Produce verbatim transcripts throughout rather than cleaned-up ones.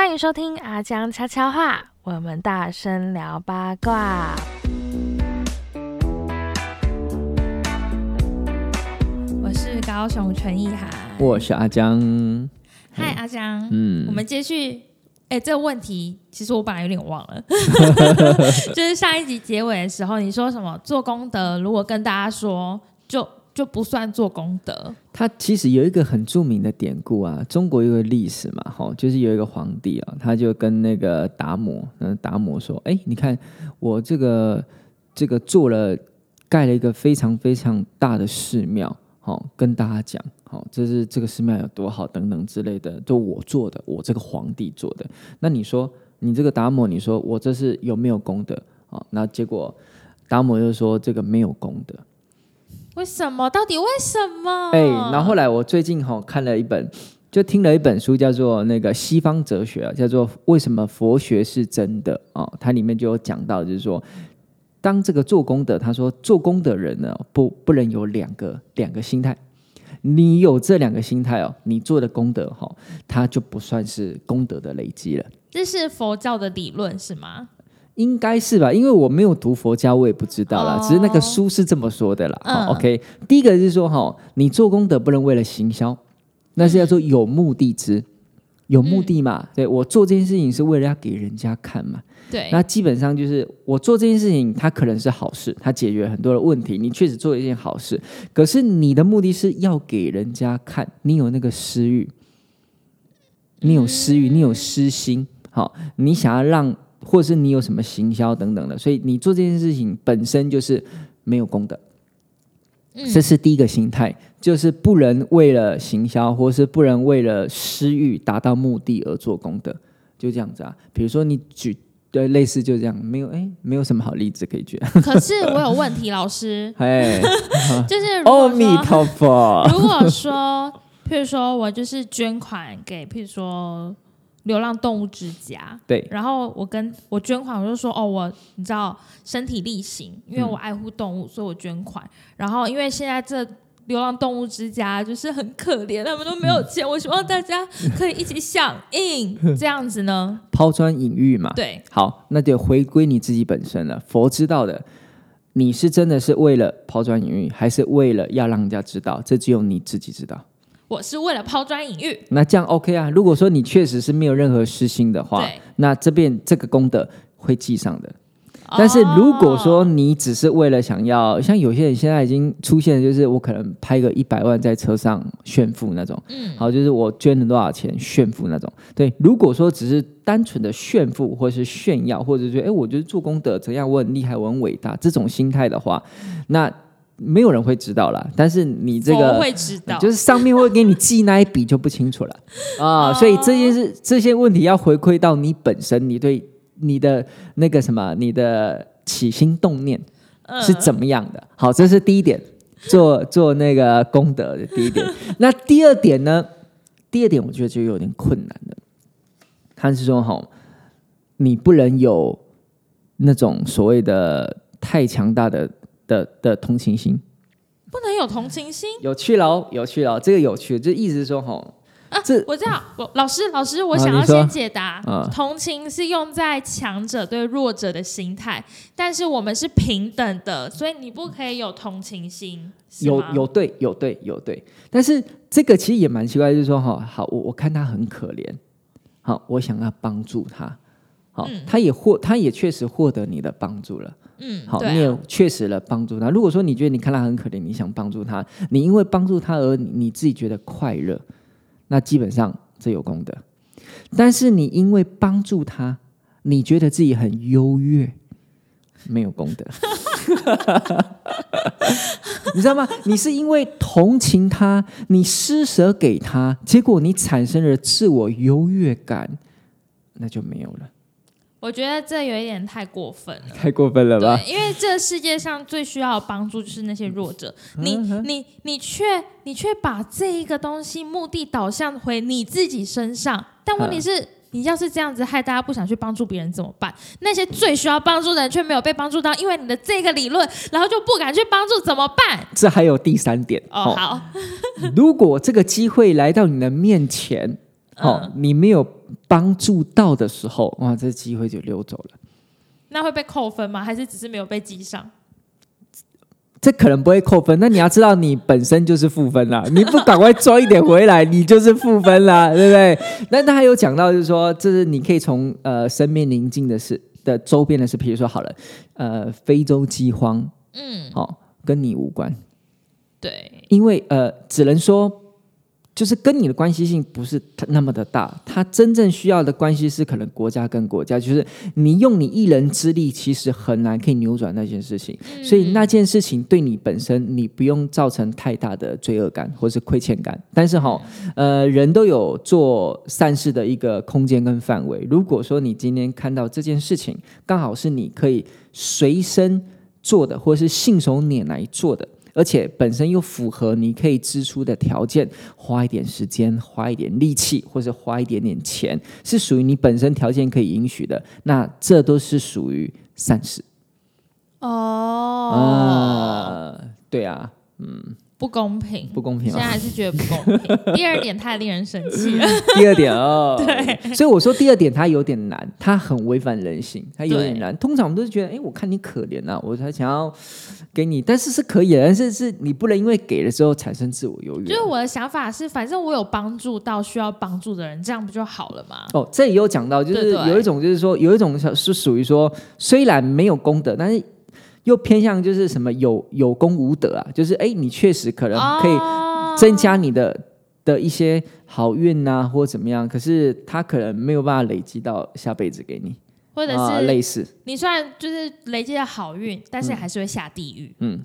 欢迎收听阿江悄悄话，我们大声聊八卦。我是高雄陈意涵， 我是阿江。 嗨，阿江， 嗯， 我们接续。哎，这个问题其实我本来有点忘了，就是上一集结尾的时候，你说什么做功德，如果跟大家说，就就不算做功德。 他其实有一个很著名的典故啊，中国有个历史嘛，齁，就是有一个皇帝啊，他就跟那个达摩，嗯，达摩说，哎，你看我这个这个做了盖了一个非常非常大的寺庙，齁，跟大家讲。好，这是这个寺庙有多好等等之类的，就我做的，我这个皇帝做的。那你说，你这个达摩，你说我这是有没有功德？好，那结果达摩就说这个没有功德。 为什么？到底为什么？ 哎，然后后来我最近哈看了一本，就听了一本书，叫做那个西方哲学、啊，叫做《为什么佛学是真的》啊，它里面就有讲到，就是说，当这个做功德，他说做功德人呢，不不能有两个两个心态。你有这两个心态哦，你做的功德哈、哦，它就不算是功德的累积了。 这是佛教的理论是吗？ 应该是吧，因为我没有读佛教，我也不知道啦。哦、只是那个书是这么说的啦。嗯、OK， 第一个是说哈，你做功德不能为了行销，那是要做有目的之，有目的嘛。嗯、对，我做这件事情是为了要给人家看嘛。 对， 那基本上就是我做这件事情，它可能是好事，它解决很多的问题，你确实做了一件好事。可是你的目的是要给人家看，你有那个私欲，你有私欲，你有私心，好，你想要让，或是你有什么行销等等的，所以你做这件事情本身就是没有功德。嗯、这是第一个心态，就是不能为了行销，或是不能为了私欲达到目的而做功德，就这样子啊。比如说你举。对，类似就这样，没有哎，没有什么好例子可以举。 可是我有问题，老师， 哎， 就是阿弥陀佛。 如果说，譬如说我就是捐款给，譬如说流浪动物之家， 对， 然后我跟我捐款，我就说哦，我你知道身体力行，因为我爱护动物，嗯、所以我捐款。然后因为现在这流浪动物之家就是很可怜，他们都没有钱，我希望大家可以一起响应，这样子呢， 抛砖引玉嘛。 对， 好，那就回归你自己本身了。佛知道的，你是真的是为了抛砖引玉，还是为了要让人家知道？这只有你自己知道。 我是为了抛砖引玉， 那这样 OK 啊？如果说你确实是没有任何私心的话，那这边这个功德会记上的。但是如果说你只是为了想要，像有些人现在已经出现的就是我可能拍个一百万在车上炫富那种，嗯，好，就是我捐了多少钱炫富那种。对，如果说只是单纯的炫富或是炫耀，或者觉得哎，我觉得做功德怎样，我很厉害，我很伟大，这种心态的话，那没有人会知道啦。但是你这个会知道， 就是上面会给你记那一笔就不清楚了啊。所以这件事这些问题要回馈到你本身，你对。你的那个什么，你的起心动念是怎么样的？嗯、好，这是第一点，做做那个功德的第一点。那第二点呢？第二点我觉得就有点困难了。他是说，哈，你不能有那种所谓的太强大的的的同情心， 不能有同情心。 有趣喽，有趣喽，这个有趣，就意思是说，哈。 啊，我知道，我老师，老师，我想要先解答。 啊、 同情是用在强者对弱者的心态，但是我们是平等的，所以你不可以有同情心。 有有对有对有对，但是这个其实也蛮奇怪，就是说，哈，好，我我看他很可怜，好，我想要帮助他，好，嗯、他也获，他也确实获得你的帮助了。 嗯， 好， 啊、 你也确实了帮助他。如果说你觉得你看他很可怜，你想帮助他，你因为帮助他而你自己觉得快乐。那基本上这有功德，但是你因为帮助他，你觉得自己很优越，没有功德。你知道吗？你是因为同情他，你施舍给他，结果你产生了自我优越感，那就没有了。 我觉得这有一点太过分了， 太过分了吧？ 对，因为这世界上最需要的帮助就是那些弱者，嗯、你你你却你却把这一个东西目的导向回你自己身上，但问题是，嗯、你要是这样子害大家不想去帮助别人怎么办？那些最需要帮助的人却没有被帮助到，因为你的这个理论，然后就不敢去帮助怎么办？ 这还有第三点哦，好， 如果这个机会来到你的面前。哦，你没有帮助到的时候，哇，这机会就溜走了。 那会被扣分吗？还是只是没有被记上？ 这可能不会扣分，那你要知道你本身就是负分啦，你不赶快抓一点回来，你就是负分啦，对不对？那他还有讲到就是说，这是你可以从呃身边邻近的事的周边的事，比如说好了，呃，非洲饥荒，嗯，好、哦，跟你无关， 对， 因为呃，只能说。就是跟你的关系性不是那么的大，它真正需要的关系是可能国家跟国家，就是你用你一人之力，其实很难可以扭转那件事情，嗯、所以那件事情对你本身，你不用造成太大的罪恶感或是亏欠感。但是哈，呃，人都有做善事的一个空间跟范围。如果说你今天看到这件事情，刚好是你可以随身做的，或是信手拈来做的。而且本身又符合你可以支出的条件，花一点时间，花一点力气，或者花一点点钱，是属于你本身条件可以允许的，那这都是属于善事。 哦， 啊，对啊，嗯。 不公平， 不公平、哦， 现在还是觉得不公平。第二点太令人生气了。 第二点哦， 对， 所以我说第二点它有点难，它很违反人性，它有点难。通常我们都是觉得，哎，我看你可怜啊，我才想要给你，但是是可以的，但是是你不能因为给了之后产生自我优越。 就是我的想法是，反正我有帮助到需要帮助的人，这样不就好了吗？ 哦，这也有讲到，就是有一种就是说，有一种是属于说，虽然没有功德，但是。又偏向就是什么有有功无德啊，就是哎，你确实可能可以增加你的、oh. 的一些好运啊，或怎么样，可是他可能没有办法累积到下辈子给你， 或者是、 啊、类似。 你虽然就是累积了好运，但是还是会下地狱。嗯，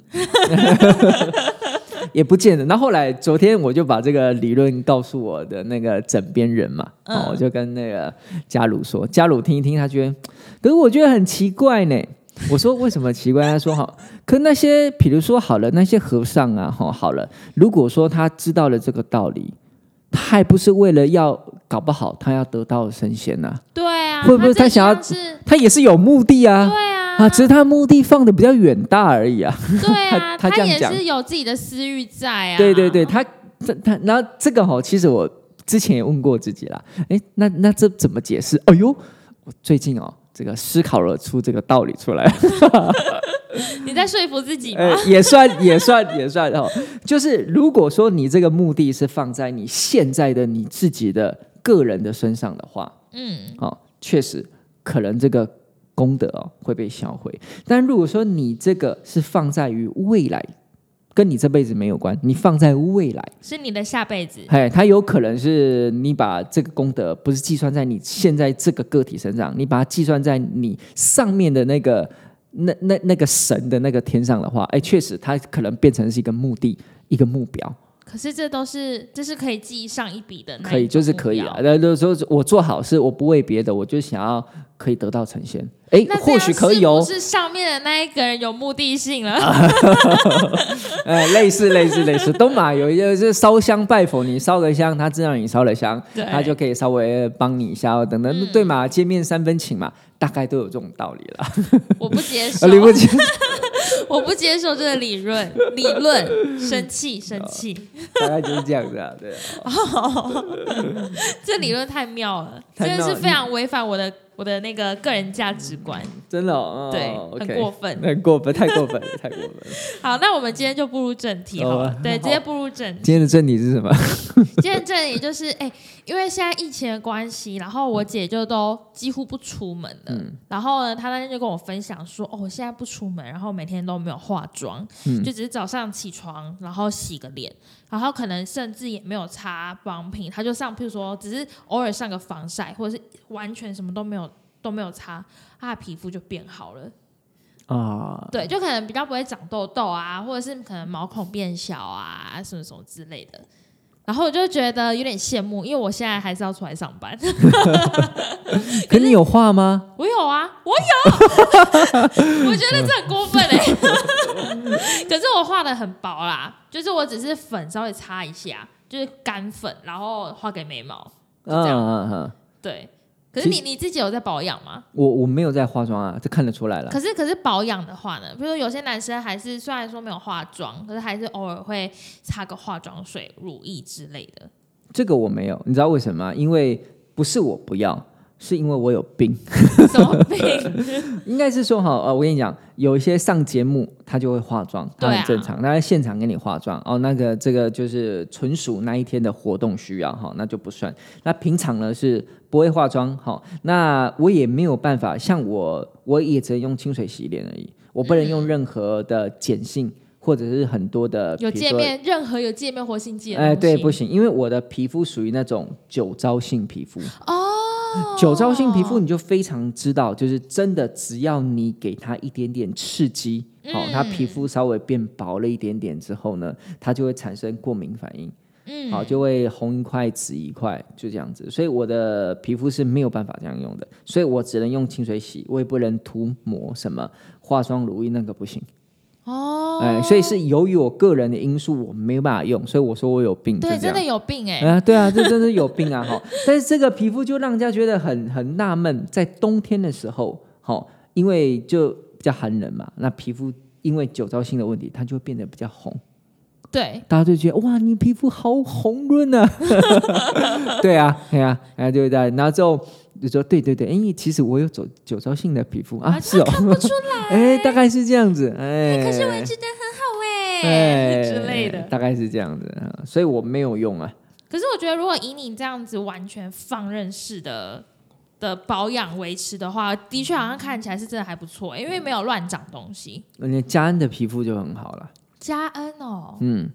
也不见得。那后来昨天我就把这个理论告诉我的那个枕边人嘛，嗯哦、我就跟那个嘉鲁说，嘉鲁听一听，他觉得，可是我觉得很奇怪呢。我说为什么奇怪？他说好，可那些比如说好了，那些和尚啊，好了，如果说他知道了这个道理，他还不是为了要搞不好他要得到神仙呐、啊？ 对啊， 会不会他想要？他也是有目的啊， 对啊， 啊，只是他目的放的比较远大而已啊。 对啊， 他, 他, 他也是有自己的私欲在啊。 对对对，他这他然后这个哈，其实我之前也问过自己啦，哎，那那这怎么解释？哎呦，我最近哦。这个思考了出这个道理出来， 你在说服自己吗？ 呃、也算也算也算哦。就是如果说你这个目的是放在你现在的你自己的个人的身上的话，嗯，哦，确实可能这个功德哦会被销毁。但如果说你这个是放在于未来。跟你这辈子没有关，你放在未来是你的下辈子。 嘿，它有可能是你把这个功德不是计算在你现在这个个体身上，你把它计算在你上面的那个那那那个神的那个天上的话，哎，确实它可能变成是一个目的，一个目标。 可是这都是这是可以记上一笔的那一， 可以就是可以啊。那就是说我做好事，我不为别的，我就想要可以得到成仙。哎，或许可以哦。 是不是上面的那一个人有目的性了？ 呃，类似类似类似，东马有一个是烧香拜佛，你烧个香，他知道你烧了香，他就可以稍微帮你一下等等，嗯、对嘛？见面三分情嘛，大概都有这种道理了。 我不接受， 你不接受。 我不接受这个理论，理论生气生气， 大概就是这样子啊，对啊。 哦、这理论太妙了，真的是非常违反我的我的那个个人价值观， 真的、哦， 对， 哦、 很过分， 很过分，太过分了，太过分了。 好，那我们今天就步入正题好了，哦、对，直接步入正题。 今天的正题是什么？ 今天的正题就是，哎、欸，因为现在疫情的关系，然后我姐就都几乎不出门了。嗯、然后呢，她那天就跟我分享说，哦，我现在不出门，然后每天都没有化妆，嗯、就只是早上起床，然后洗个脸，然后可能甚至也没有擦保养品，她就上，譬如说，只是偶尔上个防晒，或者是完全什么都没有都没有擦，她的皮肤就变好了。啊，对，就可能比较不会长痘痘啊，或者是可能毛孔变小啊，什么什么之类的。然后我就觉得有点羡慕，因为我现在还是要出来上班。可, 可你有画吗？ 我有啊，我有。我觉得这很过分哎、欸。可是我画的很薄啦，就是我只是粉稍微擦一下，就是干粉，然后画给眉毛，就这样。嗯嗯嗯，对。可是你你自己有在保养吗？ 我我没有在化妆啊，这看得出来了。 可是可是保养的话呢，比如说有些男生还是虽然说没有化妆，可是还是偶尔会擦个化妆水、乳液之类的。 这个我没有，你知道为什么吗？因为不是我不要，是因为我有病。 什么病？ 应该是说哈，呃，我跟你讲，有一些上节目他就会化妆，他很正常，他在现场给你化妆哦，那个这个就是纯属那一天的活动需要哈，那就不算。那平常呢是不会化妆哈，那我也没有办法，像我我也只能用清水洗脸而已，我不能用任何的碱性。或者是很多的有界面，任何有界面活性剂的东西， 哎，对，不行，因为我的皮肤属于那种酒糟性皮肤哦。 酒糟性皮肤你就非常知道，就是真的，只要你给它一点点刺激，好、嗯哦，它皮肤稍微变薄了一点点之后呢，它就会产生过敏反应，嗯，好、哦，就会红一块紫一块，就这样子。所以我的皮肤是没有办法这样用的，所以我只能用清水洗，我也不能涂抹什么化妆乳液，那个不行。哦，哎，所以是由于我个人的因素，我没有办法用，所以我说我有病。 对，真的有病哎、 欸！啊，对啊，这真的有病啊！哈，但是这个皮肤就让人家觉得很很纳闷，在冬天的时候，哈，因为就比较寒冷嘛，那皮肤因为酒糟性的问题，它就会变得比较红。 对， 大家就觉得哇，你皮肤好红润啊！对啊，对啊，哎，对不对？然后之后就说对对对，哎，其实我有酒酒糟性的皮肤啊，是哦， 看不出来， 哎，大概是这样子，哎， 可是我也觉得很好哎，之类的， 大概是这样子，所以我没有用啊。 可是我觉得，如果以你这样子完全放任式的的保养维持的话，的确好像看起来是真的还不错，因为没有乱长东西。 而且嘉恩的皮肤就很好了。 嘉恩哦， 嗯，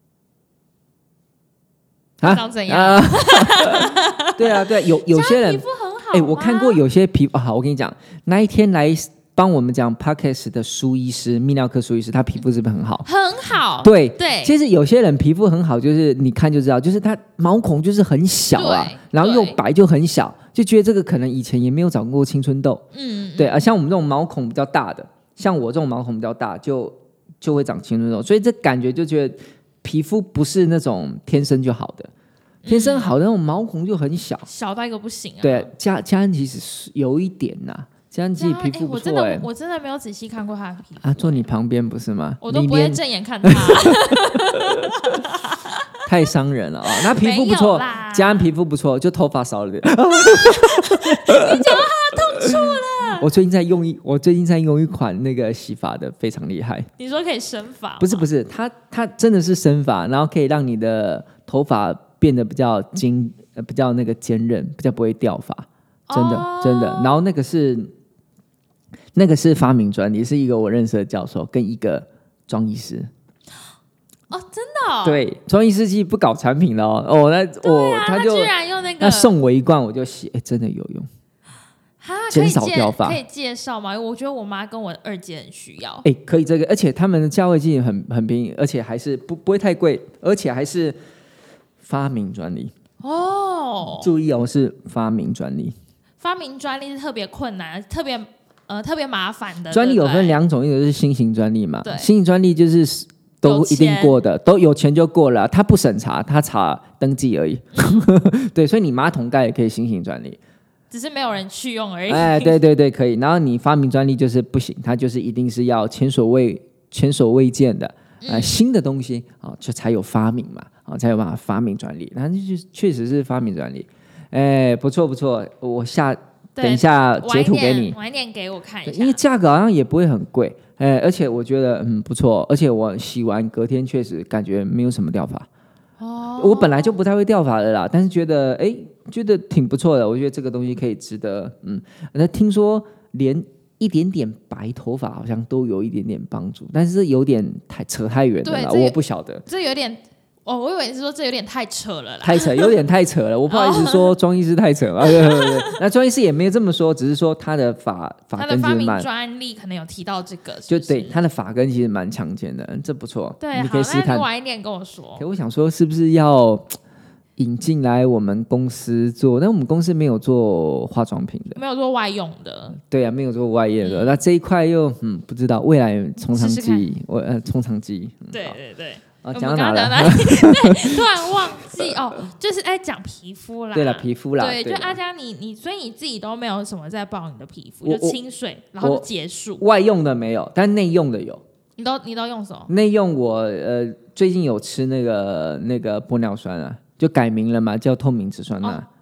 啊，长怎样？啊对啊，对，有有些人皮肤很好， 哎，我看过有些皮肤好，我跟你讲，那一天来帮我们讲 podcast 的苏医师，泌尿科苏医师，他皮肤是不是很好？ 很好， 对对。 其实有些人皮肤很好，就是你看就知道，就是他毛孔就是很小啊，然后又白就很小，就觉得这个可能以前也没有长过青春痘。嗯，对啊，像我们这种毛孔比较大的，像我这种毛孔比较大，就就会长青春痘，所以这感觉就觉得皮肤不是那种天生就好的。天生好的那种毛孔就很小， 小到一个不行啊。 对，嘉嘉恩其实是有一点呐、啊，嘉恩其实皮肤不错哎、 欸，我真的没有仔细看过他的皮肤、 欸、啊，坐你旁边不是吗？ 我都不会正眼看他， 太伤人了啊、哦！那皮肤不错，嘉恩皮肤不错，就头发少了点。你讲到他的痛处了。 我最近在用一，我最近在用一款那个洗发的，非常厉害。 你说可以生发？ 不是不是，它它真的是生发，然后可以让你的头发变得比较精，呃，比较那个坚韧，比较不会掉发，真的、哦、真的。然后那个是那个是发明专利，是一个我认识的教授跟一个庄医师。 哦，真的、哦？ 对，庄医师其实不搞产品了哦，哦那我、 啊、 他就他居然用那个， 那送我一罐，我就洗，哎，真的有用。减少掉发， 可以介绍吗？我觉得我妈跟我二姐很需要。 哎，可以这个，而且他们的价位其实很很便宜，而且还是不不会太贵，而且还是发明专利哦。注意哦，是发明专利。 发明专利是特别困难、特别呃特别麻烦的。 专利有分两种，一个是新型专利嘛，新型专利就是都一定过的，都有钱就过了，他不审查，他查登记而已。对，所以你马桶盖也可以新型专利。 只是没有人去用而已。 哎，对对对，可以。然后你发明专利就是不行，它就是一定是要前所未前所未见的，呃，嗯、新的东西啊，就、哦、才有发明嘛，啊、哦，才有办法发明专利。那就确实是发明专利。哎，不错不错，我下等一下截图给你， 晚一点给我看一下， 因为价格好像也不会很贵，哎，而且我觉得嗯不错，而且我洗完隔天确实感觉没有什么掉发。哦，我本来就不太会掉发的啦，但是觉得哎。觉得挺不错的，我觉得这个东西可以值得，嗯，那听说连一点点白头发好像都有一点点帮助，但是有点太扯太远了啦，我不晓得。 这有点，哦，我以为你是说这有点太扯了啦， 太扯，有点太扯了，我不好意思说庄医师太扯了，对对对，那庄医师也没有这么说，只是说他的发发根其实蛮，他的发明专利可能有提到这个， 就对他的发根其实蛮强健的，这不错， 对， 你可以试试看。 你晚一点跟我说。 我想说是不是要引进来我们公司做，但我们公司没有做化妆品的， 没有做外用的， 对啊，没有做外业的。嗯、那这一块又嗯不知道，未来从长计议，我呃从长计议。 嗯、对对对， 啊，讲到哪了？ 对，突然忘记哦，就是在讲皮肤啦。 对了，皮肤啦。 对，就阿佳，你你所以你自己都没有什么在保你的皮肤，就清水，然后就结束。 外用的没有，但内用的有。 你都你都用什么？ 内用我呃最近有吃那个那个玻尿酸啊。就改名了嘛，叫透明质酸钠。 哦，哦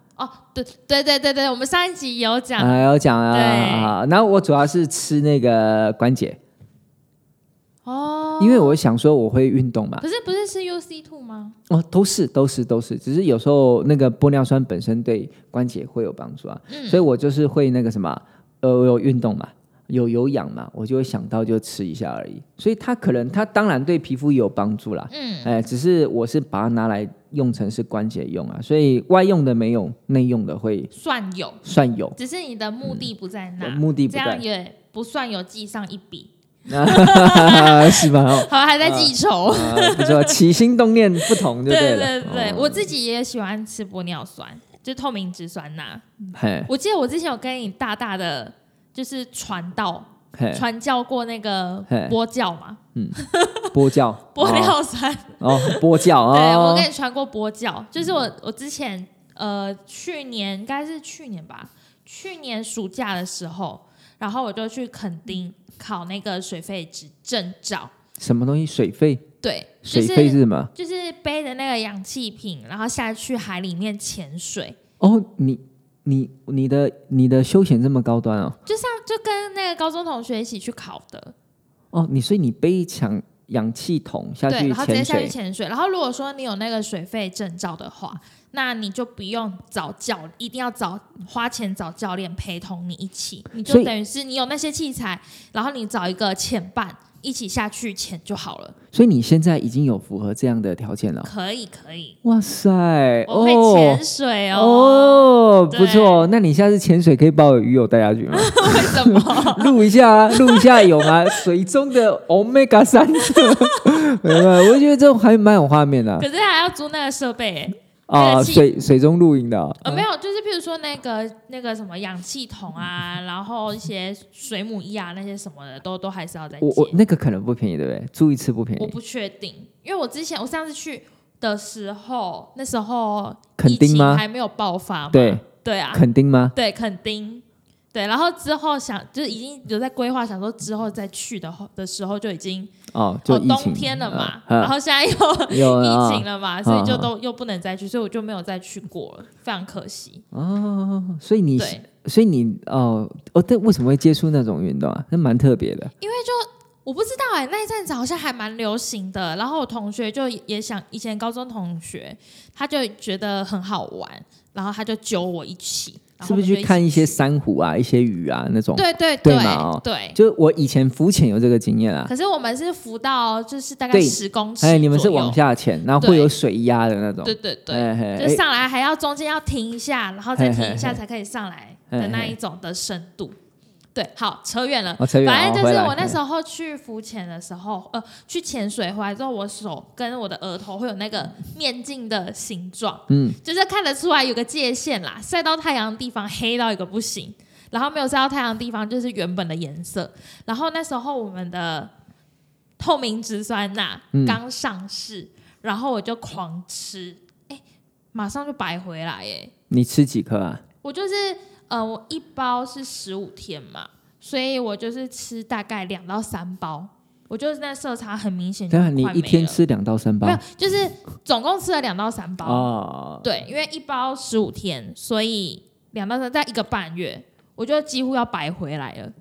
对对对对对，我们上一集有讲， 啊、有讲啊。 对， 然后我主要是吃那个关节。 哦， 因为我想说我会运动嘛。 可是不是吃 U C 二 吗？ 哦，都是都是都是，只是有时候那个玻尿酸本身对关节会有帮助啊，嗯、所以我就是会那个什么，呃，我有运动嘛，有有氧嘛，我就会想到就吃一下而已。所以它可能它当然对皮肤也有帮助啦，嗯，哎，只是我是把它拿来用成是关节用啊，所以外用的没有，内用的会算有， 算有， 只是你的目的不在那， 嗯、目的不在， 这样也不算有记上一笔。 是吧？哦、 好，还在记仇， 啊啊、不错，起心动念不同就对了。 对对对， 哦、 我自己也喜欢吃玻尿酸，就透明质酸钠。我记得我之前有跟你大大的就是传道传教过那个玻教嘛，嗯， 玻教玻尿酸哦，玻教哦， 对我跟你传过玻教，就是我我之前呃去年应该是去年吧，去年暑假的时候，然后我就去垦丁考那个水肺证照。 什么东西？水肺？ 对， 水肺是什么？ 就是背着那个氧气瓶，然后下去海里面潜水。 哦，你你你的你的休闲这么高端哦？ 就像就跟那个高中同学一起去考的。 哦，你所以你背抢氧气筒下去潜水， 对，然后直接下去潜水。然后如果说你有那个水肺证照的话，那你就不用找教，一定要找花钱找教练陪同你一起，你就等于是你有那些器材，然后你找一个潜伴一起下去潜就好了。 所以你现在已经有符合这样的条件了？ 可以可以。 哇塞， 我会潜水哦。 哦，不错。那你下次潜水可以把我鱼友带下去吗？ 为什么？ 录一下啊，录一下有吗？水中的 Omega 三，我觉得这种还蛮有画面的。 可是还要租那个设备哎。 啊、水水中录音的、哦、 呃没有，就是譬如说那个那个什么氧气筒啊，然后一些水母衣啊那些什么的，都都还是要再借。 我我那个可能不便宜，对不对？住一次不便宜。 我不确定，因为我之前我上次去的时候，那时候垦丁吗？ 还没有爆发嘛。 对对啊， 垦丁吗？ 对，垦丁。对，然后之后想就是已经有在规划，想说之后再去的的时候就已经哦，就疫情、 哦、冬天了嘛， 呃、 然后现在又有疫情了嘛，所以就都又不能再去，所以我就没有再去过了，非常可惜。 哦，所以你所以你哦哦，但为什么会接触那种运动啊？那蛮特别的。 因为就我不知道哎、欸，那一阵子好像还蛮流行的，然后我同学就也想，以前高中同学他就觉得很好玩，然后他就揪我一起。 是不是去看一些珊瑚啊、一些鱼啊那种？ 对对对， 对嘛、哦？ 对， 就我以前浮潜有这个经验啊。 可是我们是浮到就是大概十公尺， 哎，你们是往下潜，然后会有水压的那种。 对对对， 嘿嘿就上来还要中间要停一下，然后再停一下才可以上来的那一种的深度。对，好，扯远了。 哦、扯远了。 反正就是我那时候去浮潜的时候，呃，去潜水回来之后，我手跟我的额头会有那个面镜的形状，嗯，就是看得出来有个界限啦。晒到太阳的地方黑到一个不行，然后没有晒到太阳的地方就是原本的颜色。然后那时候我们的透明质酸钠刚上市，嗯、然后我就狂吃，哎，马上就白回来耶。 你吃几颗啊？ 我就是。呃，我一包是十五天嘛，所以我就是吃大概两到三包，我就是那色差很明显就快没了。 你一天吃两到三包？ 没有，就是总共吃了两到三包。 哦， 对，因为一包十五天，所以两到三在一个半月，我就几乎要白回来了，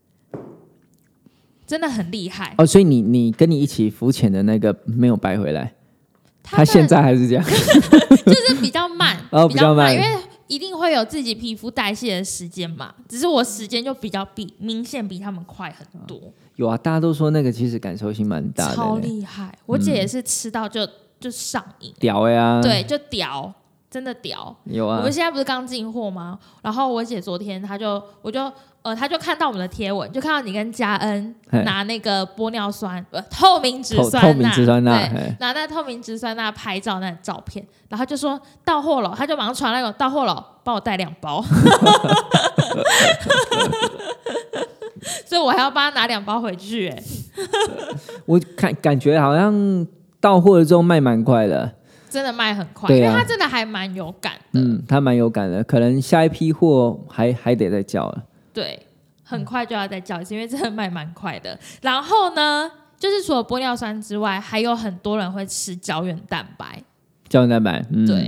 真的很厉害。 哦，所以你你跟你一起浮潜的那个没有白回来，他, 他现在还是这样， 就是比较慢， 哦， 比较慢， 因为。一定会有自己皮肤代谢的时间嘛，只是我时间就比较比明显比他们快很多。 有啊，大家都说那个其实感受性蛮大的， 超厉害。我姐也是吃到就、嗯、就上瘾， 屌呀！ 对，就屌，真的屌。 有啊， 我们现在不是刚进货吗？然后我姐昨天她就，我就呃，她就看到我们的贴文，就看到你跟嘉恩拿那个玻尿酸，呃，透明质酸钠， 透明质酸钠， 对，拿那透明质酸钠拍照那照片，然后就说到货了，她就马上传那个到货了，帮我带两包，所以我还要帮她拿两包回去、欸。 我感感觉好像到货了之后卖蛮快的。 真的卖很快， 啊、 因为它真的还蛮有感的。 嗯，它蛮有感的，可能下一批货还还得再叫了。 对，很快就要再叫一次，因为真的卖蛮快的。然后呢，就是除了玻尿酸之外，还有很多人会吃胶原蛋白。 胶原蛋白，嗯、 对，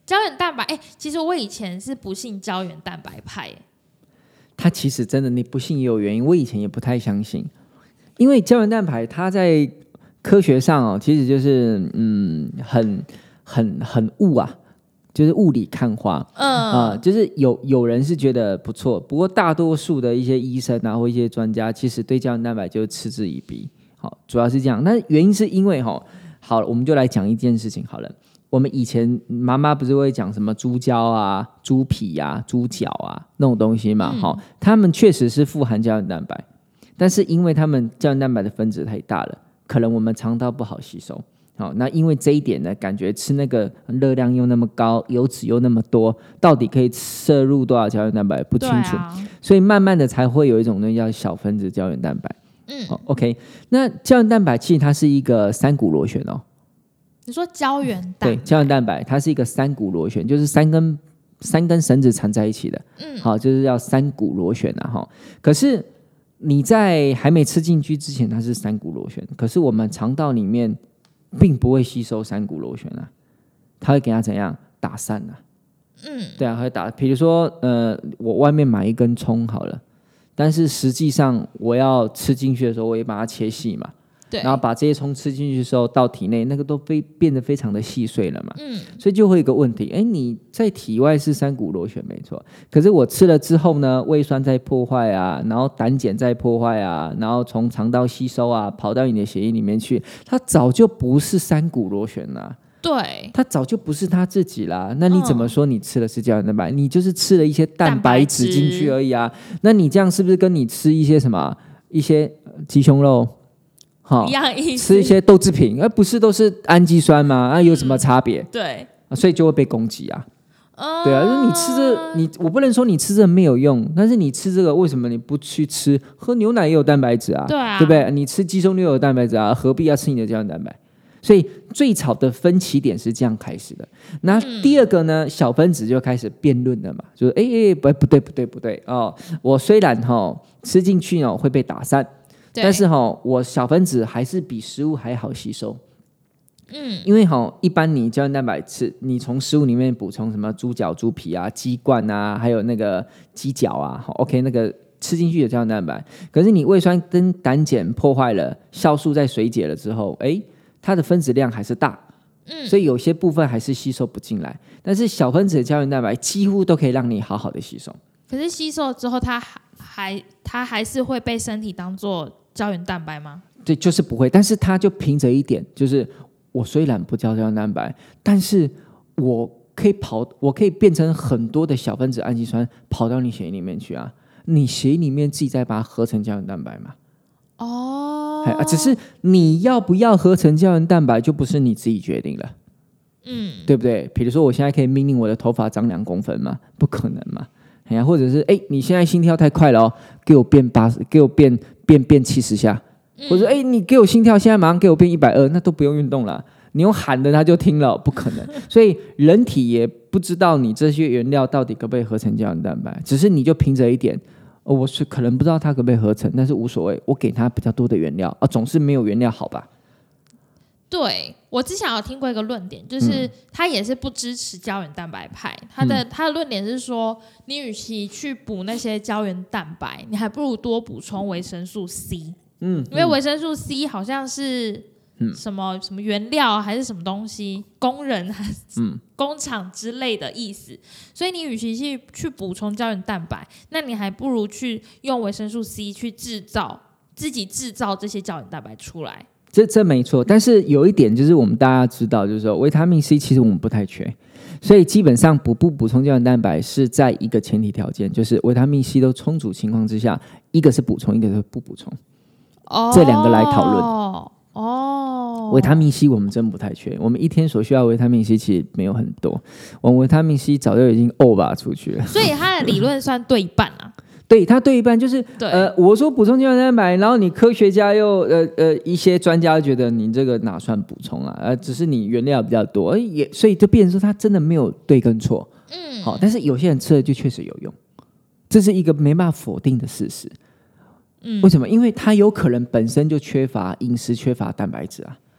胶原蛋白，哎、欸，其实我以前是不信胶原蛋白派、欸， 它其实真的你不信也有原因，我以前也不太相信，因为胶原蛋白它在科学上哦，其实就是嗯很很很雾啊。就是雾里看花，嗯啊、呃，就是有有人是觉得不错，不过大多数的一些医生啊或一些专家，其实对胶原蛋白就嗤之以鼻。好，主要是这样。那原因是因为哈，好，我们就来讲一件事情好了。我们以前妈妈不是会讲什么猪胶啊、猪皮啊、猪脚啊那种东西嘛？好、嗯，他们确实是富含胶原蛋白，但是因为他们胶原蛋白的分子太大了，可能我们肠道不好吸收。好，那因为这一点呢，感觉吃那个热量又那么高，油脂又那么多，到底可以摄入多少胶原蛋白不清楚，啊、所以慢慢的才会有一种东西叫小分子胶原蛋白。嗯、哦、，OK， 那胶原蛋白其实它是一个三股螺旋哦。 你说胶原蛋白？ 对，胶原蛋白它是一个三股螺旋，就是三根三根绳子缠在一起的。嗯，好，就是要三股螺旋啊哈。可是你在还没吃进去之前，它是三股螺旋，可是我们肠道里面并不会吸收三股螺旋啊，它会给它怎样打散啊？嗯，对啊，会打。比如说，呃，我外面买一根葱好了，但是实际上我要吃进去的时候，我也把它切细嘛。对，然后把这些葱吃进去的时候，到体内那个都非变得非常的细碎了嘛。嗯，所以就会有一个问题，哎，你在体外是三股螺旋没错，可是我吃了之后呢，胃酸在破坏啊，然后胆碱在破坏啊，然后从肠道吸收啊，跑到你的血液里面去，它早就不是三股螺旋啦。 对， 它早就不是它自己啦。那你怎么说你吃的是胶原蛋白？嗯、你就是吃了一些蛋白质进去而已啊。那你这样是不是跟你吃一些什么一些鸡胸肉？ 一样意思， 吃一些豆制品，而不是都是氨基酸吗？那、啊、有什么差别、嗯？ 对、 啊，所以就会被攻击啊。嗯、对啊，就是你吃这，你我不能说你吃这没有用，但是你吃这个，为什么你不去吃？喝牛奶也有蛋白质啊， 对啊， 对不对？你吃鸡胸肉也有蛋白质啊，何必要吃你的胶原蛋白？所以最早的分歧点是这样开始的。那第二个呢，小分子就开始辩论了嘛，就是哎哎不不对不对不对哦，我虽然哈、哦、吃进去哦会被打散。但是哈、哦，我小分子还是比食物还好吸收，嗯，因为哈、哦，一般你胶原蛋白吃，你从食物里面补充什么猪脚、猪皮啊、鸡冠啊，还有那个鸡脚啊 ，OK， 那个吃进去的胶原蛋白，可是你胃酸跟胆碱破坏了，酵素在水解了之后，哎，它的分子量还是大，嗯，所以有些部分还是吸收不进来，但是小分子的胶原蛋白几乎都可以让你好好的吸收。 可是吸收之后，它还它还是会被身体当作胶原蛋白吗？ 对，就是不会，但是它就凭着一点，就是我虽然不叫胶原蛋白，但是我可以跑，我可以变成很多的小分子氨基酸跑到你血液里面去啊，你血液里面自己再把它合成胶原蛋白嘛。哦，啊，只是你要不要合成胶原蛋白，就不是你自己决定了，嗯，对不对？比如说我现在可以命令我的头发长两公分吗？不可能嘛。哎呀，或者是哎，你现在心跳太快了哦，给我变八十，给我变变变七十下，嗯、或者哎，你给我心跳，现在马上给我变一百二，那都不用运动了，你用喊的他就听了，不可能。所以人体也不知道你这些原料到底可不可以合成胶原蛋白，只是你就凭着一点，哦、我是可能不知道它可不可以合成，但是无所谓，我给它比较多的原料啊，总是没有原料好吧？ 对，我之前有听过一个论点，就是他也是不支持胶原蛋白派。他的、嗯、他的论点是说，你与其去补那些胶原蛋白，你还不如多补充维生素 C。嗯，因为维生素 C 好像是什么、嗯、什么原料还是什么东西，工人还是工厂之类的意思。所以你与其去去补充胶原蛋白，那你还不如去用维生素 C 去制造自己制造这些胶原蛋白出来。 这这没错，但是有一点就是我们大家知道，就是说维他命 C 其实我们不太缺，所以基本上补不补充胶原蛋白是在一个前提条件，就是维他命 C 都充足情况之下，一个是补充，一个是不补充，哦、这两个来讨论。哦，维他命 C 我们真不太缺，我们一天所需要的维他命 C 其实没有很多，我们维他命 C 早就已经 over 出去了， 所以它的理论算对一半啊。 对，它对一半就是呃，我说补充胶原蛋白，然后你科学家又呃呃一些专家觉得你这个哪算补充啊？呃，只是你原料比较多，也所以就变成说它真的没有对跟错。嗯，好，但是有些人吃了就确实有用，这是一个没办法否定的事实。嗯，为什么？因为它有可能本身就缺乏饮食缺乏蛋白质啊。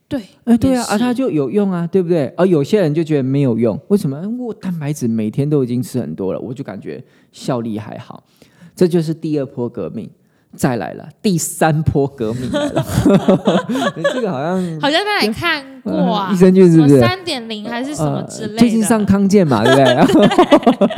对， 哎，对啊， 啊， 啊，它就有用啊，对不对？而、啊、有些人就觉得没有用，为什么？我蛋白质每天都已经吃很多了，我就感觉效力还好。这就是第二波革命。再来了，第三波革命来了。这个好像好像在哪里看过啊？ 益生菌是不是三点零还是什么之类的？ 呃、最近上康健嘛，对不对？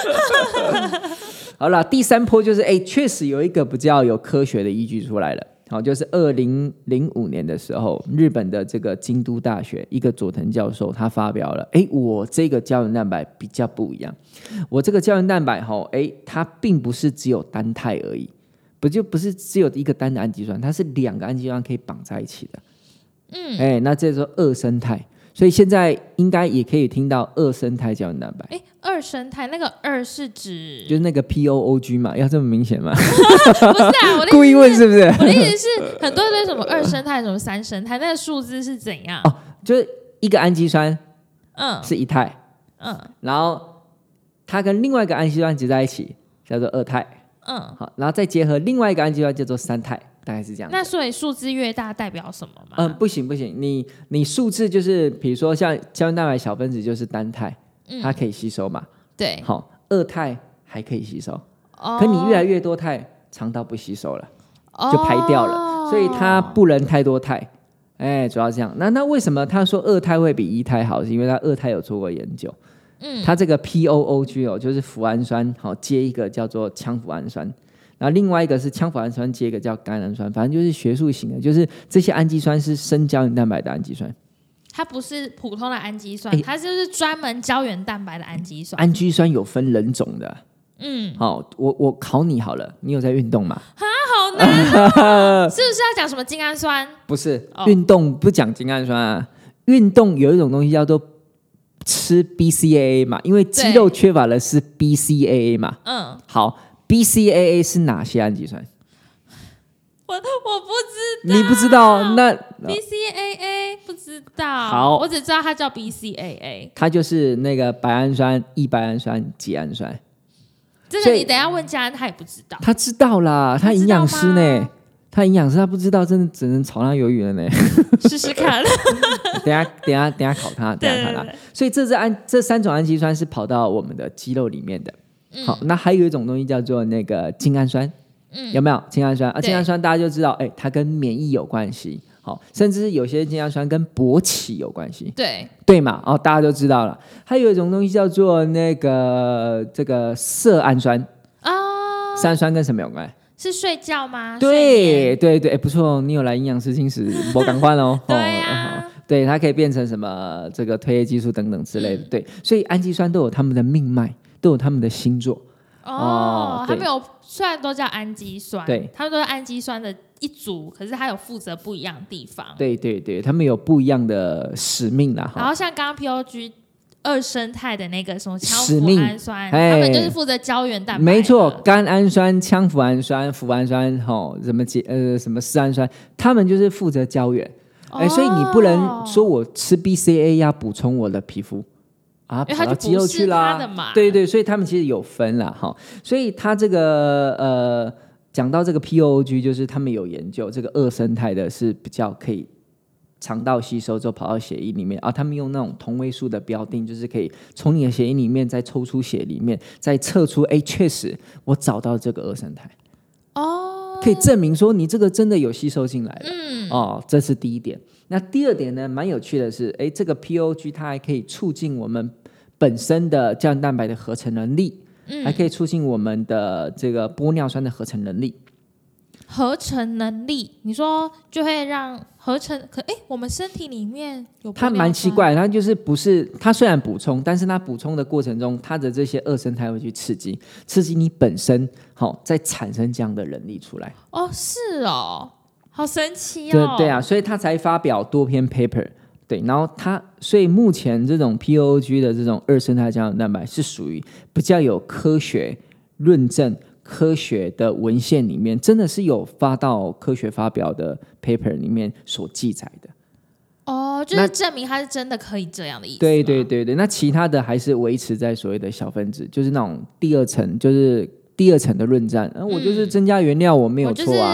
好了，第三波就是，哎，确实有一个比较有科学的依据出来了。好，就是二零零五年的时候，日本的这个京都大学一个佐藤教授，他发表了，哎，我这个胶原蛋白比较不一样。我这个胶原蛋白，哈，哎，它并不是只有单肽而已。不就不是只有一个单的氨基酸，它是两个氨基酸可以绑在一起的。嗯，哎，那这说二生态，所以现在应该也可以听到二生态胶原蛋白。 哎，二生态那个二是指就是那个 P O O G 嘛，要这么明显吗？ 不是啊，我的故意问是不是？ 我的意思是，很多人对什么二生态、什么三生态，那个数字是怎样？ 哦，就是一个氨基酸，嗯，是一态，嗯，然后它跟另外一个氨基酸结在一起，叫做二态。嗯，好，然后再结合另外一个氨基酸叫做三肽，大概是这样。 那所以数字越大代表什么吗？ 嗯，不行不行，你你数字就是比如说像胶原蛋白小分子就是单肽，嗯、它可以吸收嘛。对，好，二肽还可以吸收，哦、可你越来越多肽，肠道不吸收了，哦、就排掉了，所以它不能太多肽。哎，主要是这样。那那为什么他说二肽会比一肽好？是因为他二肽有做过研究。嗯，它这个 P O O G 哦，就是脯氨酸，好接一个叫做羟脯氨酸，然后另外一个是羟脯氨酸接一个叫甘氨酸，反正就是学术型的，就是这些氨基酸是生胶原蛋白的氨基酸， 它不是普通的氨基酸，欸、它就是专门胶原蛋白的氨基酸。 氨基酸有分人种的，嗯，好，我我考你好了，你有在运动吗？ 啊，好难、哦，是不是要讲什么精氨酸？ 不是，哦、运动不讲精氨酸啊，运动有一种东西叫做。吃 B C A A 嘛，因为肌肉缺乏的是 B C A A 嘛。嗯，好 ，B C A A 是哪些氨基酸？ 我我不知道， 你不知道那 B C A A 不知道。 好， 我只知道它叫 B C A A， 它就是那个白氨酸、异白氨酸、己氨酸。 这个你等一下问家人，他也不知道。 他知道啦，他营养师呢。他营养师他不知道，真的只能炒他鱿鱼了呢。 试试看。 等下等下等下考他，等下考他。对对对，所以这是氨这三种氨基酸是跑到我们的肌肉里面的。嗯、好，那还有一种东西叫做那个精氨酸，嗯、有没有精氨酸啊？精氨酸大家就知道，哎，它跟免疫有关系。好，甚至有些精氨酸跟勃起有关系。对对嘛，哦，大家都知道了。还有一种东西叫做那个这个色氨酸啊，色氨酸跟什么有关？ 是睡觉吗？ 对对对，不错，你有来营养师金石，我赶快哦。 对啊、 哦，对，它可以变成什么这个褪黑激素等等之类的。嗯、对，所以氨基酸都有他们的命脉，都有他们的星座。 哦，他们有虽然都叫氨基酸，对，他们都是氨基酸的一组，可是它有负责不一样的地方。 对对对，他们有不一样的使命啦。 然后像刚刚 P O G。二生态的那个什么羟脯氨酸，他们就是负责胶原蛋白。 没错，甘氨酸、羟脯氨酸、脯氨酸，吼，什么呃什么丝氨酸，他们就是负责胶原。哎、哦，所以你不能说我吃 B C A 要补充我的皮肤啊，跑到肌肉去啦。对对，所以他们其实有分啦，哈。所以他这个呃，讲到这个 P O O G， 就是他们有研究这个二生态的是比较可以。肠道吸收之后跑到血液里面啊，他们用那种同位素的标定，就是可以从你的血液里面再抽出血里面，再测出，哎，确实我找到这个二生态，哦，可以证明说你这个真的有吸收进来了，嗯，哦，这是第一点。那第二点呢，蛮有趣的是，哎，这个 P O O G 它还可以促进我们本身的胶原蛋白的合成能力，嗯，还可以促进我们的这个玻尿酸的合成能力。 合成能力，你说就会让合成可哎，我们身体里面有它蛮奇怪，它就是不是它虽然补充，但是它补充的过程中，它的这些二生态会去刺激，刺激你本身好、哦、再产生这样的能力出来。 哦，是哦，好神奇哦。 对对啊，所以他才发表多篇 paper。对，然后它所以目前这种 P O O G 的这种二生态胶原蛋白是属于比较有科学论证。科学的文献里面真的是有发到科学发表的 paper 里面所记载的哦，就是证明它是真的可以这样的意思。 对对对对，那其他的还是维持在所谓的小分子，就是那种第二层，就是第二层的论战。嗯、我就是增加原料，我没有错啊。 我就是让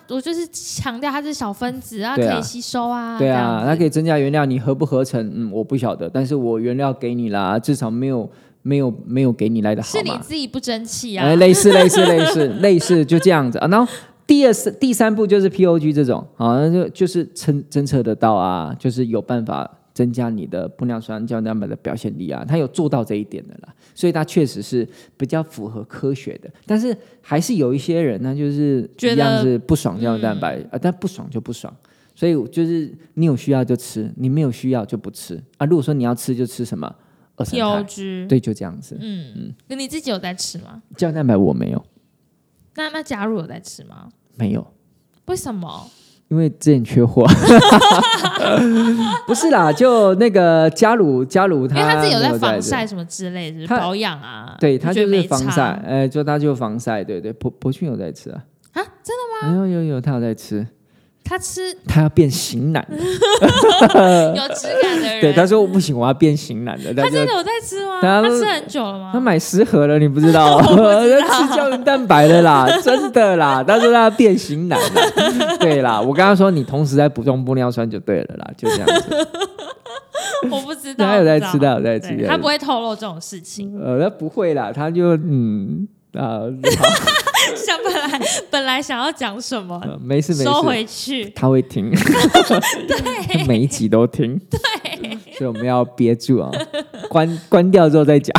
我就是强调它是小分子啊， 对啊可以吸收啊。 对啊，它可以以增加原料，你合不合成？嗯，我不晓得，但是我原料给你啦，至少没有没有没有给你来的好嘛。 是你自己不争气啊。 哎，类似类似类似类似就这样子啊。然后第二第三步就是 P O G 这种，啊，那就就是侦侦测得到啊，就是有办法增加你的玻尿酸胶原蛋白的表现力啊，它有做到这一点的啦，所以它确实是比较符合科学的。但是还是有一些人呢，就是一样是不爽胶原蛋白、嗯、啊，但不爽就不爽，所以就是你有需要就吃，你没有需要就不吃啊。如果说你要吃就吃什么二三肽，对，就这样子。 嗯嗯，那你自己有在吃吗？ 胶原蛋白我没有。 那那假如有在吃吗？ 没有。 为什么？ 因为之前缺货。不是啦，就那个嘉鲁嘉鲁他， 因为他自己有在防晒什么之类的保养啊， 对他就是防晒，哎、呃，就他就防晒，对对。博博俊有在吃啊？ 啊，真的吗？ 有有有，他有在吃。 他吃， 他要变型男， 有质感的人。 对，他说不行，我要变型男的。 他真的有在吃吗？他, 他吃很久了吗？ 他买十盒了，你不知道？ 我不知道吃胶原蛋白的啦，真的啦。他说他要变型男啦，对啦。我跟他说，你同时在补充玻尿酸就对了啦，就这样子。 我不知道， 他有在吃，他有在吃， 他不会透露这种事情。 呃，他不会啦，他就嗯啊。 想本来本来想要讲什么、 呃，没事没事， 收回去。 他会听， 对， 每一集都听， 对， 所以我们要憋住啊，关关掉之后再讲。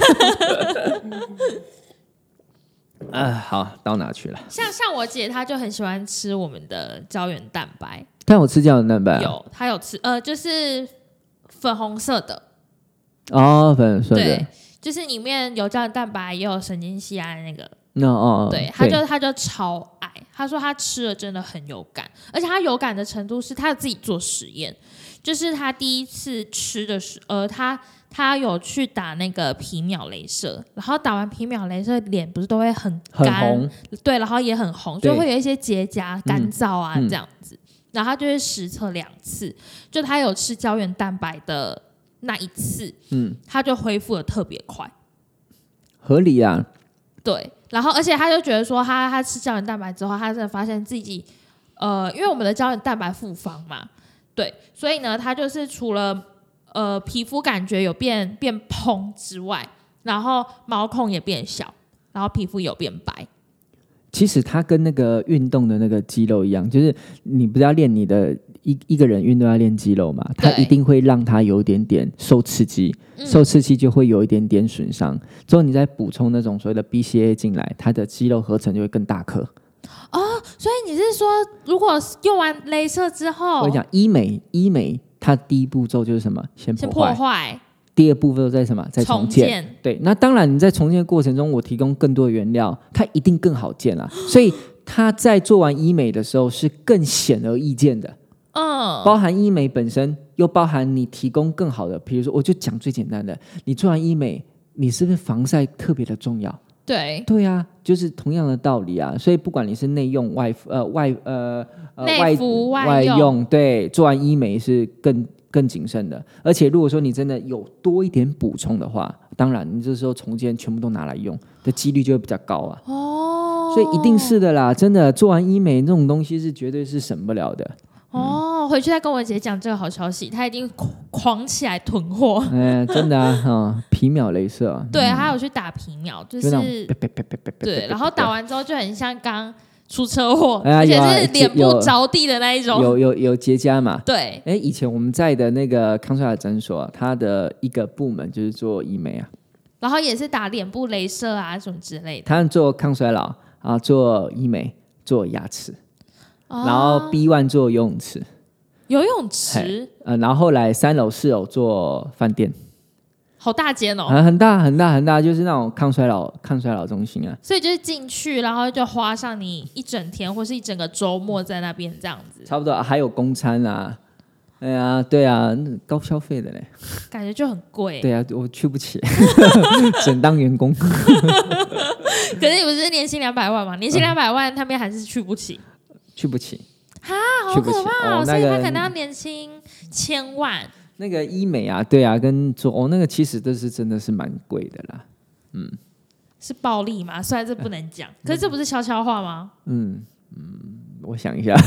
啊，好，到哪去了？ 像像我姐，她就很喜欢吃我们的胶原蛋白。 她有吃胶原蛋白、啊？ 有，她有吃，呃，就是粉红色的。 哦，粉红色的， 对，就是里面有胶原蛋白，也有神经酰胺那个。 No, 哦， 对，他就他就超爱，他说他吃了真的很有感，而且他有感的程度是他自己做实验，就是他第一次吃的时候，呃，他他有去打那个皮秒雷射，然后打完皮秒雷射，脸不是都会很干， 很红， 对，然后也很红，就会有一些结痂、干燥啊、嗯、这样子，然后他就会实测两次，就他有吃胶原蛋白的那一次，嗯，他就恢复的特别快， 合理啊， 对。然后，而且他就觉得说他，他他吃胶原蛋白之后，他真的发现自己，呃，因为我们的胶原蛋白复方嘛，对，所以呢，他就是除了呃皮肤感觉有变变蓬之外，然后毛孔也变小，然后皮肤有变白。 其实它跟那个运动的那个肌肉一样，就是你不是要练你的一一个人运动要练肌肉嘛，它一定会让它有一点点受刺激，受刺激就会有一点点损伤。之后你再补充那种所谓的 B C A 进来，它的肌肉合成就会更大颗。 哦，所以你是说，如果用完雷射之后， 我讲医美，医美它第一步骤就是什么？先破坏。 先破坏第二步骤在什么？在重建。 重建对，那当然你在重建的过程中，我提供更多的原料，它一定更好建啦。所以它在做完医美的时候是更显而易见的。嗯，包含医美本身，又包含你提供更好的，比如说，我就讲最简单的，你做完医美，你是不是防晒特别的重要？ 对， 对啊，就是同样的道理啊。所以不管你是内用外呃外呃呃内服外外用， 外用，对，做完医美是更更谨慎的。而且如果说你真的有多一点补充的话，当然你这时候重建全部都拿来用的几率就会比较高啊。哦，所以一定是的啦，真的做完医美这种东西是绝对是省不了的。 哦，回去再跟我姐讲这个好消息，她已经狂起来囤货。 哎，真的啊，嗯，皮秒雷射、啊， 对，她有去打皮秒，就是对，然后打完之后就很像刚出车祸， 哎、 而且是脸部着地的那一种， 有有有结痂嘛？ 对， 哎，以前我们在的那个康衰老诊所，它的一个部门就是做医美啊， 然后也是打脸部雷射啊什么之类的。 他们做抗衰老啊，做医美，做牙齿。 哦、 然后 B 一 做游泳池， 游泳池， 呃，然后后来三楼四楼做饭店， 好大间哦、 啊，很大很大很大，就是那种抗衰老抗衰老中心啊。 所以就是进去，然后就花上你一整天或是一整个周末在那边这样子， 差不多、啊、还有公餐啊，哎呀，对啊，高消费的嘞， 感觉就很贵。 对啊，我去不起，只能当员工。 可是你不是年薪两百万吗？年薪两百万，他们还是去不起。 去不起哈，好可怕、哦！ 哦、 所以他可能要年薪千万。 那个医美啊，对啊，跟做哦，那个其实都是真的是蛮贵的啦。嗯， 是暴利吗？虽然这不能讲，可是这不是悄悄话吗？ 嗯嗯， 我想一下，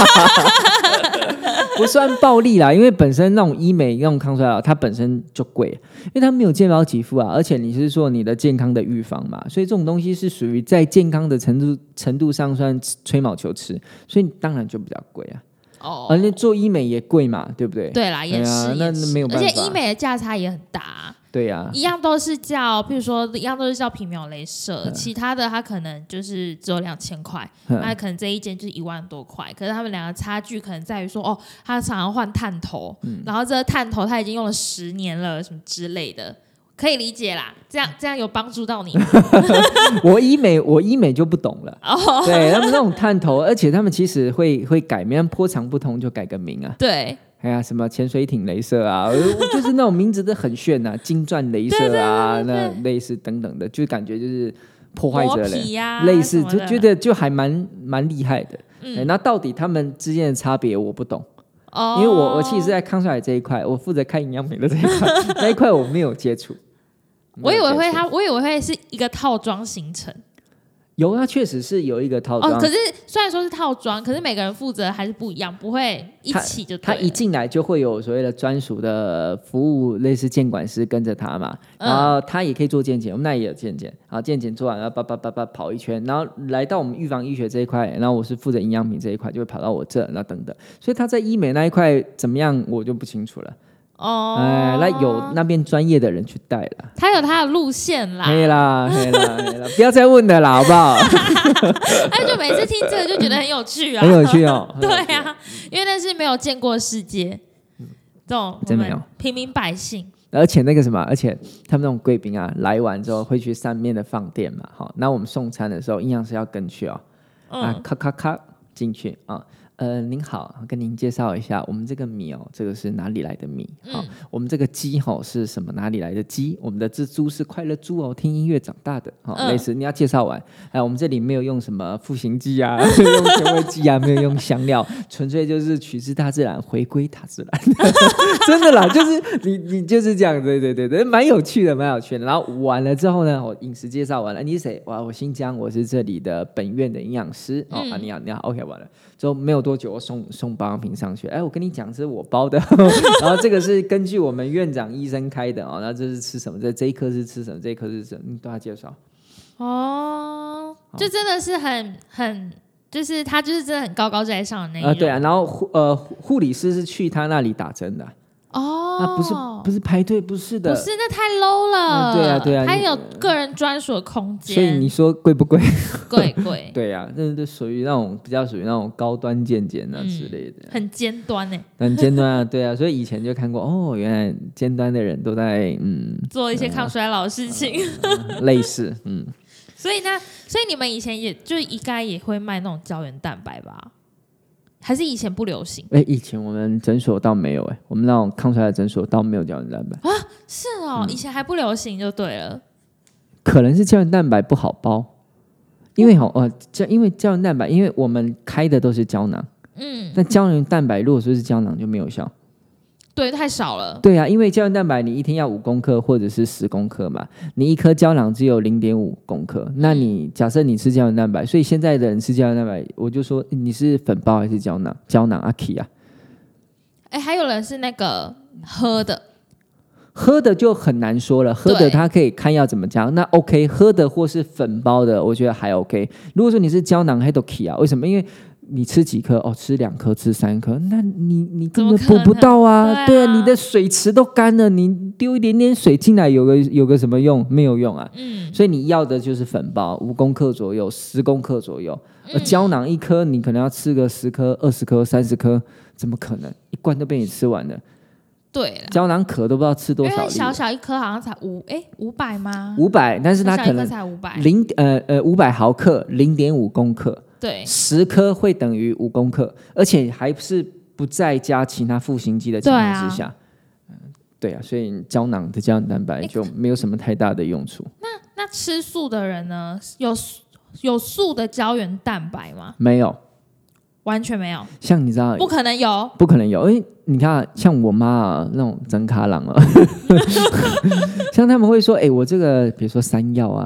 不算暴利啦，因为本身那种医美那种抗衰老，它本身就贵，因为它没有健保给付啊，而且你是说你的健康的预防嘛，所以这种东西是属于在健康的程度程度上算吹毛求疵，所以当然就比较贵啊。 哦， 而且做医美也贵嘛，对不对？ 对啦，也是， 啊、那没有办法， 而且医美的价差也很大、啊。 对呀、啊， 一样都是叫，譬如说一样都是叫皮秒雷射，其他的它可能就是只有两千块，那可能这一间就是一万多块，可是他们两个差距可能在于说，哦，他常常换探头、嗯，然后这个探头他已经用了十年了，什么之类的。可以理解啦，这样这样有帮助到你吗？ 我医美我医美就不懂了， oh. 对他们那种探头，而且他们其实会会改名，波长不同就改个名啊。 对， 哎呀，什么潜水艇雷射啊，就是那种名字都很炫啊，金钻雷射啊，那类似等等的，就感觉就是破坏者嘞、 啊， 类似就觉得就还蛮蛮厉害的。嗯，那到底他们之间的差别我不懂。哦、因为我我其实是在抗衰老这一块，我负责看营养美的这一块，那一块我没有接触。 我以为会它，我以为会是一个套装形成。 有，它确实是有一个套装。 哦，可是虽然说是套装，可是每个人负责还是不一样，不会一起就对了。 他一进来就会有所谓的专属的服务，类似监管师跟着他嘛，然后他也可以做健检，我们那也有健检，然后健检做完，然后叭叭叭叭跑一圈，然后来到我们预防医学这一块，然后我是负责营养品这一块，就会跑到我这，然后等等。所以他在医美那一块怎么样，我就不清楚了。哦，哎，那有那边专业的人去带啦， 他有他的路线啦， 黑啦黑啦黑啦，不要再问了啦，好不好？ 他就每次听这个就觉得很有趣啊， 很有趣哦。 对啊，因为那是没有见过的世界，这种我们平民百姓。 而且那个什么，而且他们那种贵宾啊，来完之后会去上面的饭店嘛，好，那我们送餐的时候，营养师要跟去哦，嗯、啊，咔咔咔进去啊。呃，您好，跟您介绍一下，我们这个米哦，这个是哪里来的米？好、嗯，我们这个鸡哈、哦、是什么哪里来的鸡？我们的这猪是快乐猪哦，听音乐长大的，好、哦嗯，类似你要介绍完，哎，我们这里没有用什么复形剂啊，没有用甜味剂啊，没有用香料，纯粹就是取之大自然，回归大自然，真的啦，就是你你就是这样，对对对对，蛮有趣的，蛮有趣的。然后完了之后呢，我饮食介绍完了，你是谁？哇，我姓江，我是这里的本院的营养师，哦、嗯啊，你好你好 ，OK 完了。之后没有多久，我送送保养品上去。哎，我跟你讲，这是我包的，然后这个是根据我们院长医生开的哦。那这是吃什么？这这一颗是吃什么？这一颗是什么？你都要介绍。 哦，就真的是很很，就是他就是真的很高高在上的那一种。 呃，对啊，然后护呃护理师是去他那里打针的。 哦， 啊，不是不是排队，不是的， 不是，那太 low 了。 嗯、对啊对啊， 他有个人专属的空间。 所以你说贵不贵？ 贵贵。 对啊，这这属于那种比较属于那种高端健检啊之类的， 嗯、很尖端哎、 欸，很尖端啊，对啊，所以以前就看过哦，原来尖端的人都在嗯做一些抗衰老的事情， 呃呃、类似嗯。 所以呢，所以你们以前也就应该也会卖那种胶原蛋白吧？还是以前不流行？ 哎、欸，以前我们诊所倒没有哎、欸，我们那种抗衰老诊所倒没有胶原蛋白啊。是哦、嗯，以前还不流行就对了。 可能是胶原蛋白不好包，因为哦呃，因为胶原蛋白，因为我们开的都是胶囊，嗯，但胶原蛋白如果说是胶囊就没有效。 对，太少了。 对啊，因为胶原蛋白你一天要五公克或者是十公克嘛，你一颗胶囊只有零点五公克，那你假设你吃胶原蛋白，所以现在的人吃胶原蛋白，我就说你是粉包还是胶囊？胶囊阿 K 啊， 哎，还有人是那个喝的， 喝的就很难说了，喝的它可以看要怎么加，那 OK， 喝的或是粉包的，我觉得还 OK。如果说你是胶囊还都 K 啊，为什么？因为你吃几颗哦，吃两颗，吃三颗，那你你根本补不到啊！对啊，对啊，你的水池都干了，你丢一点点水进来，有个有个什么用？没有用啊！嗯，所以你要的就是粉包，五公克左右，十公克左右。而胶囊一颗，你可能要吃个十颗、二十颗、三十颗，怎么可能？一罐都被你吃完了。 对， 胶囊壳都不知道吃多少粒，因为小小一颗好像才五哎五百吗？ 五百，但是它可能才五百零呃呃五百毫克，零点五公克。 对， 十颗会等于五公克，而且还是不再加其他复形剂的情况之下，对 啊,、嗯、对啊，所以胶囊的胶原蛋白就没有什么太大的用处。 那那吃素的人呢？有有素的胶原蛋白吗？ 没有， 完全没有。 像你知道， 不可能有， 不可能有，因为你看，像我妈啊，那种真卡郎啊，像他们会说，哎、欸，我这个比如说山药啊。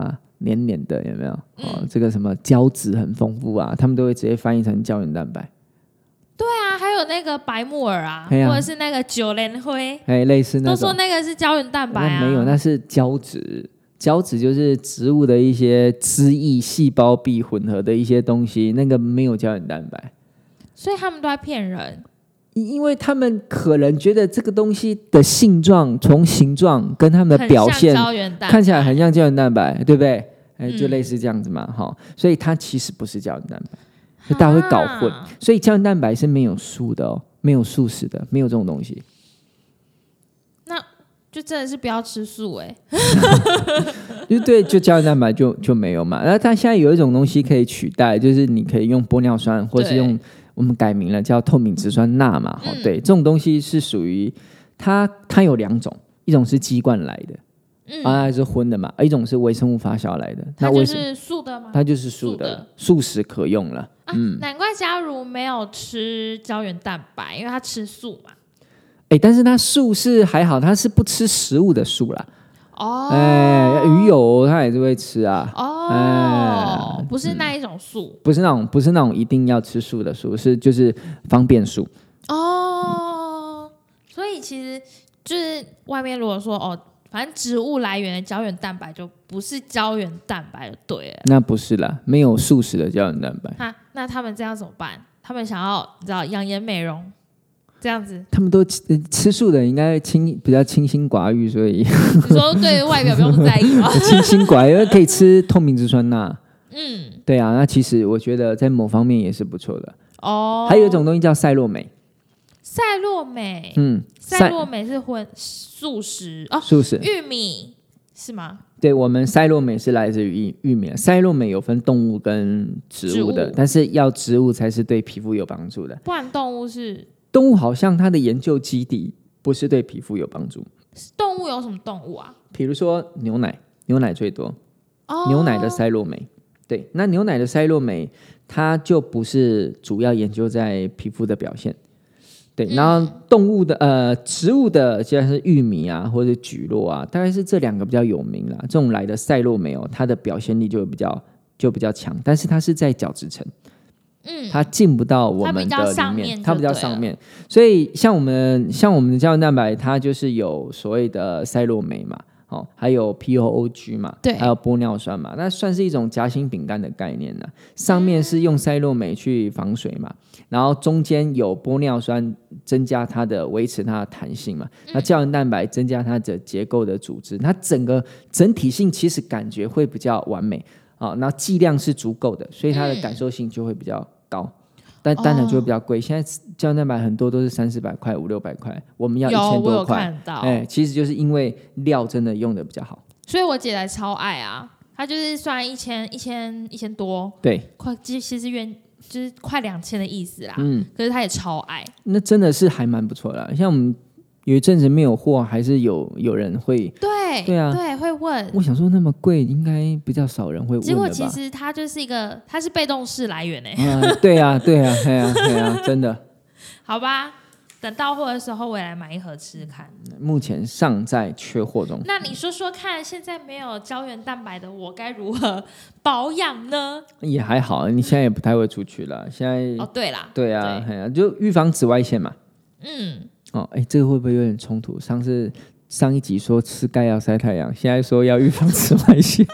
黏黏的，有没有？嗯、哦，这个什么胶质很丰富啊，他们都会直接翻译成胶原蛋白。 对啊，还有那个白木耳 啊, 啊或者是那个九连灰， 哎，类似那种都说那个是胶原蛋白啊， 没有，那是胶质。胶质就是植物的一些汁液、细胞壁混合的一些东西，那个没有胶原蛋白， 所以他们都在骗人。 因为他们可能觉得这个东西的性状，从形状跟他们的表现看起来很像胶原蛋白，对不对？哎，就类似这样子嘛，哈、嗯，所以它其实不是胶原蛋白，所以大家会搞混。所以胶原蛋白是没有素的哦，没有素食的，没有这种东西。 那就真的是不要吃素哎、 欸，就对，就胶原蛋白就就没有嘛。然后它现在有一种东西可以取代，就是你可以用玻尿酸，或是用我们改名了叫透明质酸钠嘛。嗯、对，这种东西是属于它，它有两种，一种是鸡冠来的，嗯，啊是荤的嘛，一种是微生物发酵来的。 它就是素的吗？ 它就是素的，素的素食可用了。 啊、嗯，难怪嘉如没有吃胶原蛋白，因为他吃素嘛。 欸、但是他素是还好，他是不吃食物的素啦。 哦， 哎，鱼油他也是会吃啊。 哦，欸、不是那一种素、嗯， 不是那种，不是那种一定要吃素的素，是就是方便素。 哦、嗯，所以其实就是外面如果说哦，反正植物来源的胶原蛋白就不是胶原蛋白就对了。 那不是啦，没有素食的胶原蛋白。 哈，那他们这样怎么办？他们想要你知道养颜美容。这样子， 他们都 吃, 吃素的，应该清比较清心寡欲，所以你说对外表不用在意吗？ 清心寡欲，因为可以吃透明质酸钠。 嗯， 对啊，那其实我觉得在某方面也是不错的。 哦， 还有一种东西叫赛洛美。 赛洛美， 嗯， 赛洛美是荤素食哦， 素食玉米是吗？ 对，我们赛洛美是来自于玉米，赛洛美有分动物跟植物的，物但是要植物才是对皮肤有帮助的， 不然动物是。 动物好像它的研究基底不是对皮肤有帮助。 动物有什么动物啊？ 比如说牛奶，牛奶最多， 哦、 牛奶的赛洛美。对，那牛奶的赛洛美，它就不是主要研究在皮肤的表现。对，然后动物的呃植物的，既然是玉米啊或者蒟蒻啊，大概是这两个比较有名啦。这种来的赛洛美哦，它的表现力就比较就比较强，但是它是在角质层。嗯，它进不到我们的里面，它比较上面，所以像我们像我们的胶原蛋白，它就是有所谓的赛洛美嘛，哦，还有 P O O G 嘛， 对， 还有玻尿酸嘛，那算是一种夹心饼干的概念呢。上面是用赛洛美去防水嘛，然后中间有玻尿酸增加它的维持它的弹性嘛，那胶原蛋白增加它的结构的组织，它整个整体性其实感觉会比较完美。哦，那剂量是足够的，所以它的感受性就会比较高，嗯、但当然就会比较贵。哦、现在胶原蛋白很多都是三四百块、五六百块，我们要一千多块。哎、欸，其实就是因为料真的用的比较好， 所以我姐来超爱啊，她就是算一千、一千、一千多， 对， 快其实原就是快两千的意思啦。嗯，可是她也超爱， 那真的是还蛮不错的。像我们有一阵子没有货，还是有有人会。 对对啊， 对，会问。 我想说那么贵，应该比较少人会问的吧。 结果其实它就是一个，它是被动式来源哎、 啊。对啊，对啊，对啊，对啊，真的。 好吧，等到货的时候我也来买一盒吃吃看。 目前尚在缺货中。 那你说说看，现在没有胶原蛋白的我该如何保养呢？ 也还好，你现在也不太会出去了。现在哦，对啦， 对啊，对啊，就预防紫外线嘛。 嗯。 哦，哎，这个会不会有点冲突？上次上一集说吃钙要晒太阳，现在说要预防紫外线，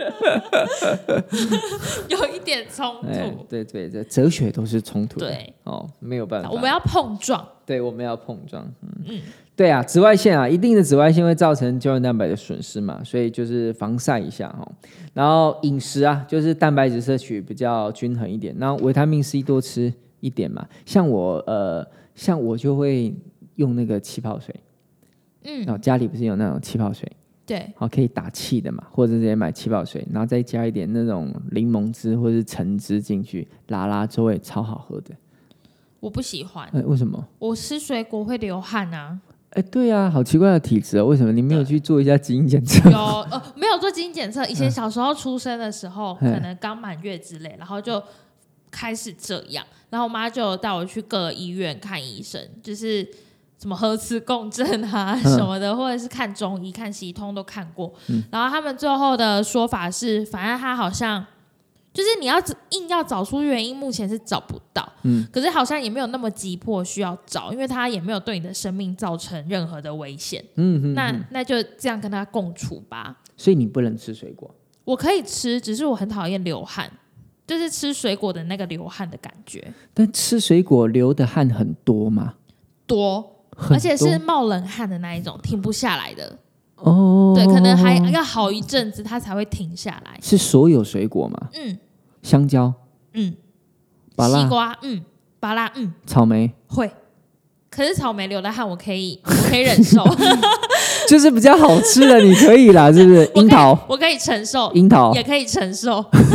有一点冲突。 哎、对对，这哲学都是冲突的。 对， 哦，没有办法， 我们要碰撞。 对，我们要碰撞。嗯嗯， 对啊，紫外线啊，一定的紫外线会造成胶原蛋白的损失嘛，所以就是防晒一下哦。然后饮食啊，就是蛋白质摄取比较均衡一点，然后维他命 C 多吃一点嘛。像我呃，像我就会。用那个气泡水，嗯，然后家里不是有那种气泡水， 对， 好可以打气的嘛，或者直接买气泡水，然后再加一点那种柠檬汁或是橙汁进去，拉拉之后也超好喝的。 我不喜欢， 欸、为什么？ 我吃水果会流汗啊。 哎、欸，对啊，好奇怪的体质哦，为什么你没有去做一下基因检测？ 有，呃，没有做基因检测。以前小时候出生的时候，嗯、可能刚满月之类，然后就开始这样，然后我妈就带我去各医院看医生，就是。 什么核磁共振啊什么的，嗯、或者是看中医、看西医，通都看过。嗯、然后他们最后的说法是，反正他好像就是你要硬要找出原因，目前是找不到。嗯，可是好像也没有那么急迫需要找，因为他也没有对你的生命造成任何的危险。嗯哼哼，那那就这样跟他共处吧。 所以你不能吃水果？ 我可以吃，只是我很讨厌流汗。就是吃水果的那个流汗的感觉。 但吃水果流的汗很多吗？ 多。而且是冒冷汗的那一种，停不下来的哦。对，可能还要好一阵子，它才会停下来。 是所有水果吗？嗯，香蕉， 嗯，西瓜，嗯，芭乐，嗯， 草莓会。可是草莓流的汗，我可以，我可以忍受。 就是比较好吃的，你可以啦，是不是？樱桃， 我可以承受， 樱桃也可以承受。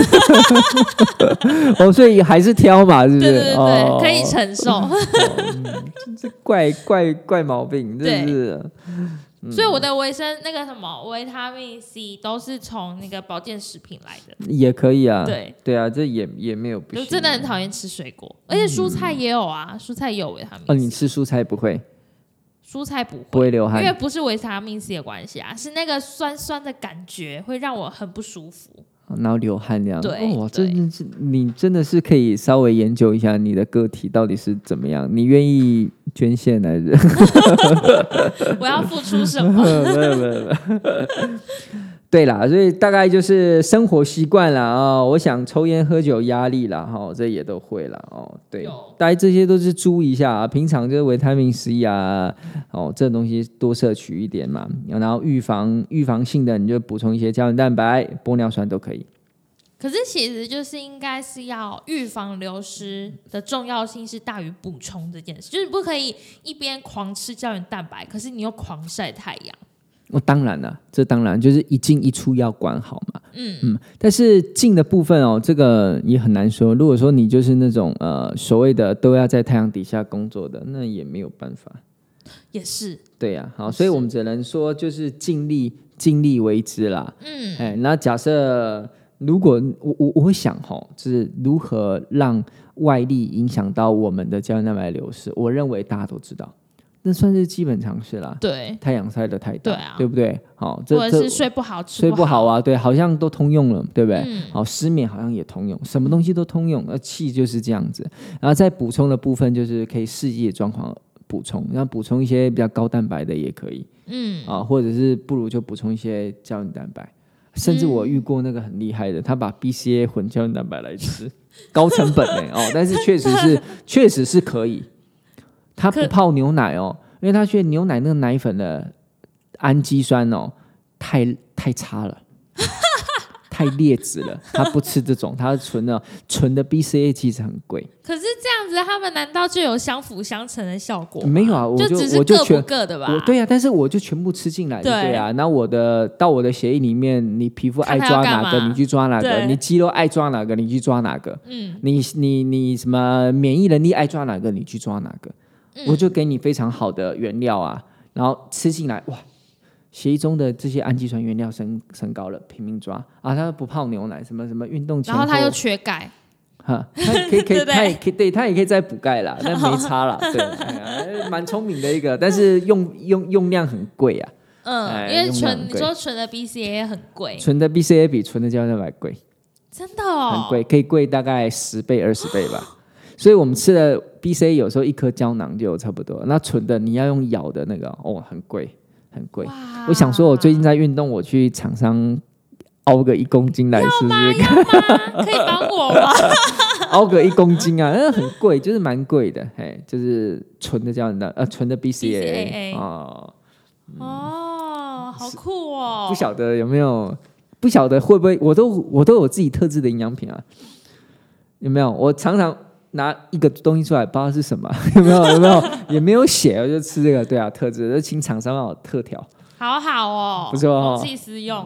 哦，所以还是挑嘛，是不是？ 对对对， 哦、 可以承受。哦嗯、这怪怪怪毛病，真是。 嗯、所以我的维生那个什么维他命 C 都是从那个保健食品来的， 也可以啊。 对对啊，这也也没有不行、啊。 就真的很讨厌吃水果，而且蔬菜也有啊，嗯、蔬菜也有维他命 C。 哦，你吃蔬菜不会？ 蔬菜不会， 不会流汗， 因为不是维他命 C 的关系啊，是那个酸酸的感觉会让我很不舒服。 然后流汗这样， 对， 哇、哦，真的是你真的是可以稍微研究一下你的个体到底是怎么样，你愿意捐献来着？ 我要付出什么？ 没有没有没有。对啦，所以大概就是生活习惯啦啊、哦，我想抽烟喝酒压力啦哈、哦，这也都会啦哦，对，大概这些都是注意一下、啊，平常就是维他命 C 啊，哦，这东西多摄取一点嘛，然后预防预防性的你就补充一些胶原蛋白、玻尿酸都可以。 可是其实就是应该是要预防流失的重要性是大于补充这件事，就是不可以一边狂吃胶原蛋白，可是你又狂晒太阳。 哦，当然了，这当然就是一进一出要管好嘛。嗯嗯，但是进的部分哦，这个也很难说。如果说你就是那种呃所谓的都要在太阳底下工作的，那也没有办法。 也是。 对呀、啊，好，所以我们只能说就是尽力尽力为之啦。嗯，哎，那假设如果我我我会想哈、哦，就是如何让外力影响到我们的胶原蛋白流失，我认为大家都知道。那算是基本常识啦。 对， 太阳晒得太大， 对啊， 对不对？好， 这或者是睡不好，吃不好睡不好啊，对，好像都通用了，对不对？ 嗯、 好，失眠好像也通用，什么东西都通用。而气就是这样子，然后再补充的部分就是可以视野状况补充，然后补充一些比较高蛋白的也可以，嗯，啊，或者是不如就补充一些胶原蛋白。甚至我遇过那个很厉害的，他把 B C A 混胶原蛋白来吃，高成本呢、欸、哦，但是确实是确实是可以。他不泡牛奶哦，因为他觉得牛奶那个奶粉的氨基酸哦太太差了，太劣质了。他不吃这种，他纯的纯的 B C A 其实很贵。 可是这样子，他们难道就有相辅相成的效果吗？ 没有啊，我就就只是各不各的吧。 对啊，但是我就全部吃进来，对对啊。那我的到我的血液里面，你皮肤爱抓哪个，你去抓哪个；你肌肉爱抓哪个，你去抓哪个。嗯，你你你什么免疫能力爱抓哪个，你去抓哪个。我就给你非常好的原料啊，然后吃进来，哇，血液中的这些氨基酸原料升升高了，拼命抓啊！他不泡牛奶，什么什么运动前后， 然后他又缺钙， 哈，他可以可以，他也可以，对他也可以再补钙啦，但没差啦，对，哎、蛮聪明的一个，但是用用用量很贵啊， 嗯，哎、因为纯你说纯的 B C A 很贵， 纯的 B C A 比纯的胶原蛋白贵， 真的哦， 很贵，可以贵大概十倍二十倍吧。所以我们吃的 B C A 有时候一颗胶囊就差不多，那纯的你要用咬的那个哦，很贵很贵。我想说，我最近在运动，我去厂商凹个一公斤来试试看， 可以帮我吗？ 凹个一公斤啊，那很贵，就是蛮贵的，嘿，就是纯的胶原蛋呃纯的 B C A 哦、嗯，哦，好酷哦！ 不晓得有没有，不晓得会不会，我都我都有自己特制的营养品啊，有没有？我常常拿一个东西出来，不知道是什么，有没有？有没有？也没有写，我就吃这个。对啊，特制，就请厂商帮我特调， 好好哦， 不错哦， 公器私用。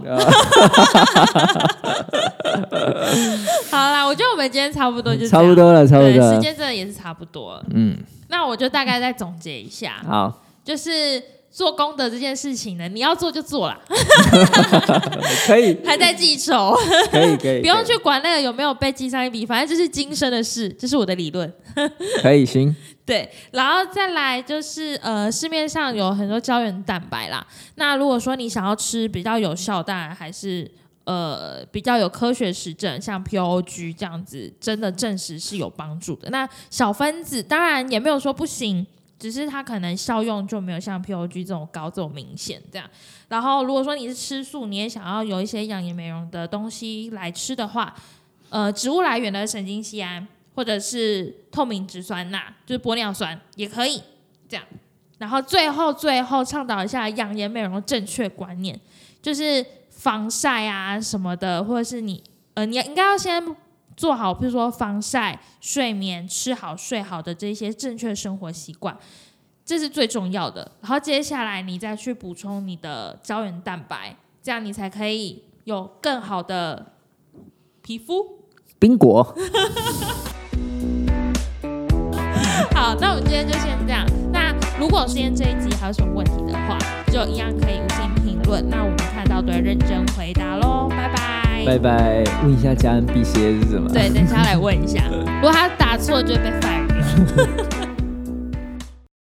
好啦，我觉得我们今天差不多就差不多了，差不多了， 时间真的也是差不多了。嗯，那我就大概再总结一下， 好， 就是做功德这件事情呢，你要做就做啦可以， 还在记仇， 可以可以， 不用去管那个有没有被记上一笔，反正这是今生的事，这是我的理论。 可以行。 对，然后再来就是呃，市面上有很多胶原蛋白啦。那如果说你想要吃比较有效，当然还是呃比较有科学实证，像 P O G 这样子，真的证实是有帮助的。那小分子当然也没有说不行，只是它可能效用就没有像 P O G 这种高这种明显这样。然后如果说你是吃素，你也想要有一些养颜美容的东西来吃的话，呃，植物来源的神经酰胺或者是透明质酸钠，就是玻尿酸也可以这样。然后最后最后倡导一下养颜美容的正确观念，就是防晒啊什么的，或者是你呃你应该要先做好，比如说防晒、睡眠、吃好睡好的这些正确生活习惯，这是最重要的。然后接下来你再去补充你的胶原蛋白，这样你才可以有更好的皮肤。 冰果。 好，那我们今天就先这样。那如果今天这一集还有什么问题的话，就一样可以五星评论，那我们看到都会认真回答咯。拜拜拜拜。问一下家人辟邪是什么？ 对，等一下来问一下，如果他答错就会被 fire 掉。